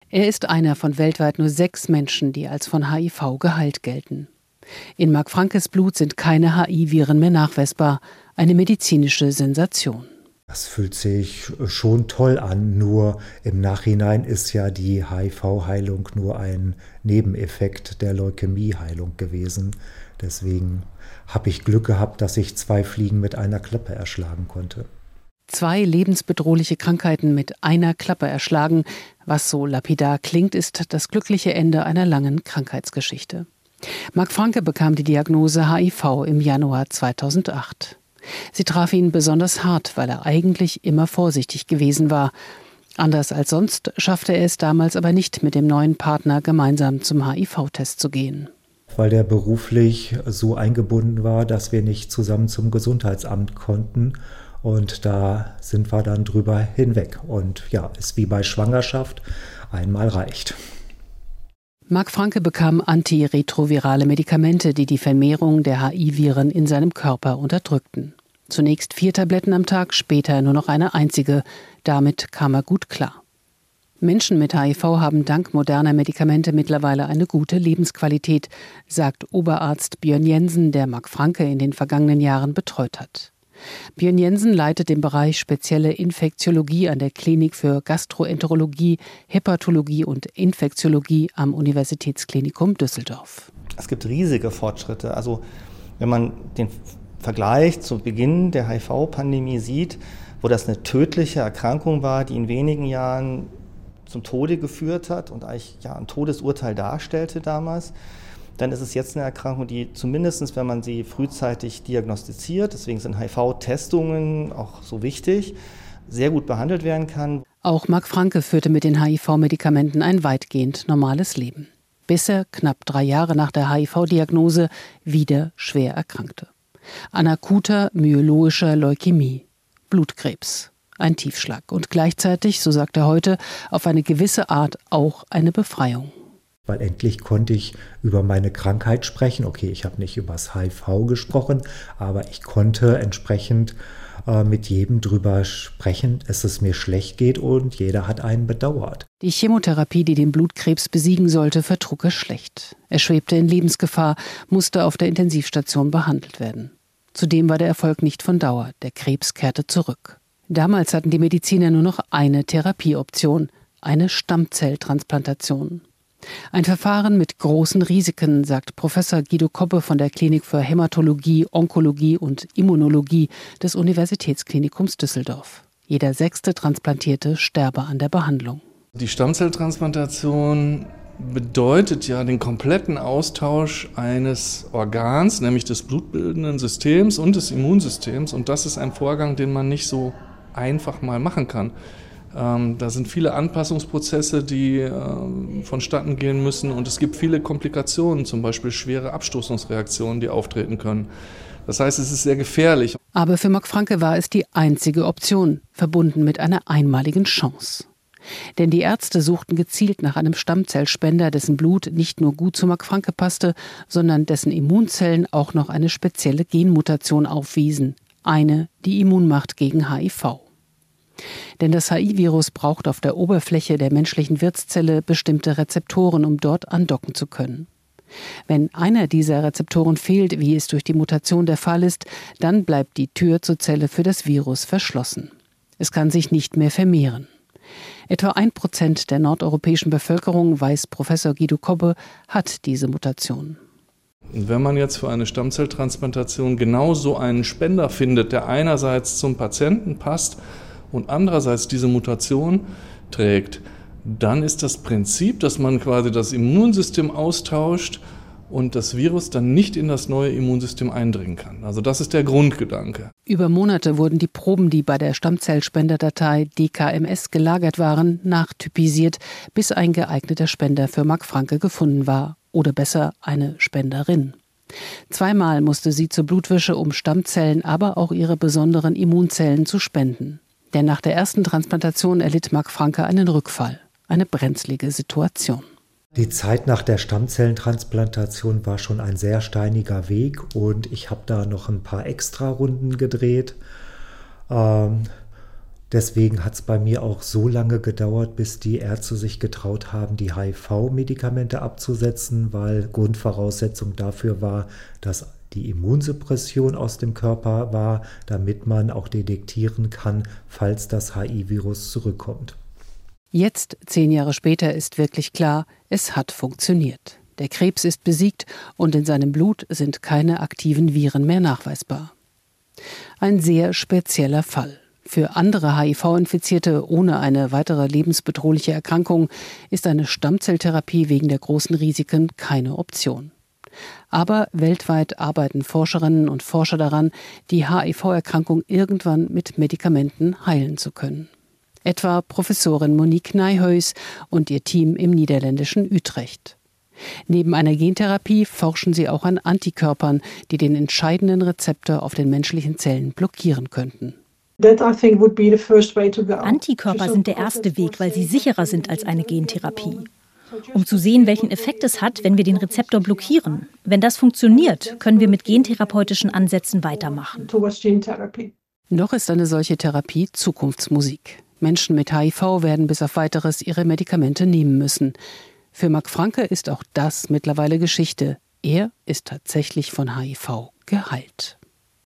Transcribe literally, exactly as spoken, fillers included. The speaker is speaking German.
Er ist einer von weltweit nur sechs Menschen, die als von H I V geheilt gelten. In Mark Frankes Blut sind keine H I-Viren mehr nachweisbar. Eine medizinische Sensation. Das fühlt sich schon toll an, nur im Nachhinein ist ja die H I V-Heilung nur ein Nebeneffekt der Leukämie-Heilung gewesen. Deswegen habe ich Glück gehabt, dass ich zwei Fliegen mit einer Klappe erschlagen konnte. Zwei lebensbedrohliche Krankheiten mit einer Klappe erschlagen. Was so lapidar klingt, ist das glückliche Ende einer langen Krankheitsgeschichte. Mark Franke bekam die Diagnose H I V im Januar zweitausendacht. Sie traf ihn besonders hart, weil er eigentlich immer vorsichtig gewesen war. Anders als sonst schaffte er es damals aber nicht, mit dem neuen Partner gemeinsam zum H I V-Test zu gehen. Weil der beruflich so eingebunden war, dass wir nicht zusammen zum Gesundheitsamt konnten. Und da sind wir dann drüber hinweg. Und ja, ist wie bei Schwangerschaft, einmal reicht. Mark Franke bekam antiretrovirale Medikamente, die die Vermehrung der H I-Viren in seinem Körper unterdrückten. Zunächst vier Tabletten am Tag, später nur noch eine einzige. Damit kam er gut klar. Menschen mit H I V haben dank moderner Medikamente mittlerweile eine gute Lebensqualität, sagt Oberarzt Björn Jensen, der Mark Franke in den vergangenen Jahren betreut hat. Björn Jensen leitet den Bereich spezielle Infektiologie an der Klinik für Gastroenterologie, Hepatologie und Infektiologie am Universitätsklinikum Düsseldorf. Es gibt riesige Fortschritte. Also wenn man den Vergleich zu Beginn der H I V-Pandemie sieht, wo das eine tödliche Erkrankung war, die in wenigen Jahren zum Tode geführt hat und eigentlich ja, ein Todesurteil darstellte damals, dann ist es jetzt eine Erkrankung, die zumindest, wenn man sie frühzeitig diagnostiziert, deswegen sind H I V-Testungen auch so wichtig, sehr gut behandelt werden kann. Auch Mark Franke führte mit den H I V-Medikamenten ein weitgehend normales Leben, bis er knapp drei Jahre nach der H I V-Diagnose wieder schwer erkrankte. An akuter myeloischer Leukämie, Blutkrebs, ein Tiefschlag und gleichzeitig, so sagt er heute, auf eine gewisse Art auch eine Befreiung. Weil endlich konnte ich über meine Krankheit sprechen. Okay, ich habe nicht über das H I V gesprochen, aber ich konnte entsprechend äh, mit jedem drüber sprechen, dass es mir schlecht geht und jeder hat einen bedauert. Die Chemotherapie, die den Blutkrebs besiegen sollte, vertrug er schlecht. Er schwebte in Lebensgefahr, musste auf der Intensivstation behandelt werden. Zudem war der Erfolg nicht von Dauer. Der Krebs kehrte zurück. Damals hatten die Mediziner nur noch eine Therapieoption, eine Stammzelltransplantation. Ein Verfahren mit großen Risiken, sagt Professor Guido Kobbe von der Klinik für Hämatologie, Onkologie und Immunologie des Universitätsklinikums Düsseldorf. Jeder sechste Transplantierte sterbe an der Behandlung. Die Stammzelltransplantation bedeutet ja den kompletten Austausch eines Organs, nämlich des blutbildenden Systems und des Immunsystems. Und das ist ein Vorgang, den man nicht so einfach mal machen kann. Ähm, da sind viele Anpassungsprozesse, die ähm, vonstatten gehen müssen und es gibt viele Komplikationen, zum Beispiel schwere Abstoßungsreaktionen, die auftreten können. Das heißt, es ist sehr gefährlich. Aber für Mark Franke war es die einzige Option, verbunden mit einer einmaligen Chance. Denn die Ärzte suchten gezielt nach einem Stammzellspender, dessen Blut nicht nur gut zu Mark Franke passte, sondern dessen Immunzellen auch noch eine spezielle Genmutation aufwiesen. Eine, die immun macht gegen H I V. Denn das H I-Virus braucht auf der Oberfläche der menschlichen Wirtszelle bestimmte Rezeptoren, um dort andocken zu können. Wenn einer dieser Rezeptoren fehlt, wie es durch die Mutation der Fall ist, dann bleibt die Tür zur Zelle für das Virus verschlossen. Es kann sich nicht mehr vermehren. Etwa ein Prozent der nordeuropäischen Bevölkerung, weiß Professor Guido Kobbe, hat diese Mutation. Wenn man jetzt für eine Stammzelltransplantation genau so einen Spender findet, der einerseits zum Patienten passt und andererseits diese Mutation trägt, dann ist das Prinzip, dass man quasi das Immunsystem austauscht und das Virus dann nicht in das neue Immunsystem eindringen kann. Also das ist der Grundgedanke. Über Monate wurden die Proben, die bei der Stammzellspenderdatei D K M S gelagert waren, nachtypisiert, bis ein geeigneter Spender für Mark Franke gefunden war. Oder besser, eine Spenderin. Zweimal musste sie zur Blutwäsche, um Stammzellen, aber auch ihre besonderen Immunzellen zu spenden. Denn nach der ersten Transplantation erlitt Mark Franke einen Rückfall, eine brenzlige Situation. Die Zeit nach der Stammzellentransplantation war schon ein sehr steiniger Weg und ich habe da noch ein paar Extra-Runden gedreht. Ähm, Deswegen hat es bei mir auch so lange gedauert, bis die Ärzte sich getraut haben, die H I V-Medikamente abzusetzen, weil Grundvoraussetzung dafür war, dass die Immunsuppression aus dem Körper war, damit man auch detektieren kann, falls das H I V-Virus zurückkommt. Jetzt, zehn Jahre später, ist wirklich klar, es hat funktioniert. Der Krebs ist besiegt und in seinem Blut sind keine aktiven Viren mehr nachweisbar. Ein sehr spezieller Fall. Für andere H I V-Infizierte ohne eine weitere lebensbedrohliche Erkrankung ist eine Stammzelltherapie wegen der großen Risiken keine Option. Aber weltweit arbeiten Forscherinnen und Forscher daran, die H I V-Erkrankung irgendwann mit Medikamenten heilen zu können. Etwa Professorin Monique Nijhuis und ihr Team im niederländischen Utrecht. Neben einer Gentherapie forschen sie auch an Antikörpern, die den entscheidenden Rezeptor auf den menschlichen Zellen blockieren könnten. Antikörper sind der erste Weg, weil sie sicherer sind als eine Gentherapie. Um zu sehen, welchen Effekt es hat, wenn wir den Rezeptor blockieren. Wenn das funktioniert, können wir mit gentherapeutischen Ansätzen weitermachen. Noch ist eine solche Therapie Zukunftsmusik. Menschen mit H I V werden bis auf Weiteres ihre Medikamente nehmen müssen. Für Marc Franke ist auch das mittlerweile Geschichte. Er ist tatsächlich von H I V geheilt.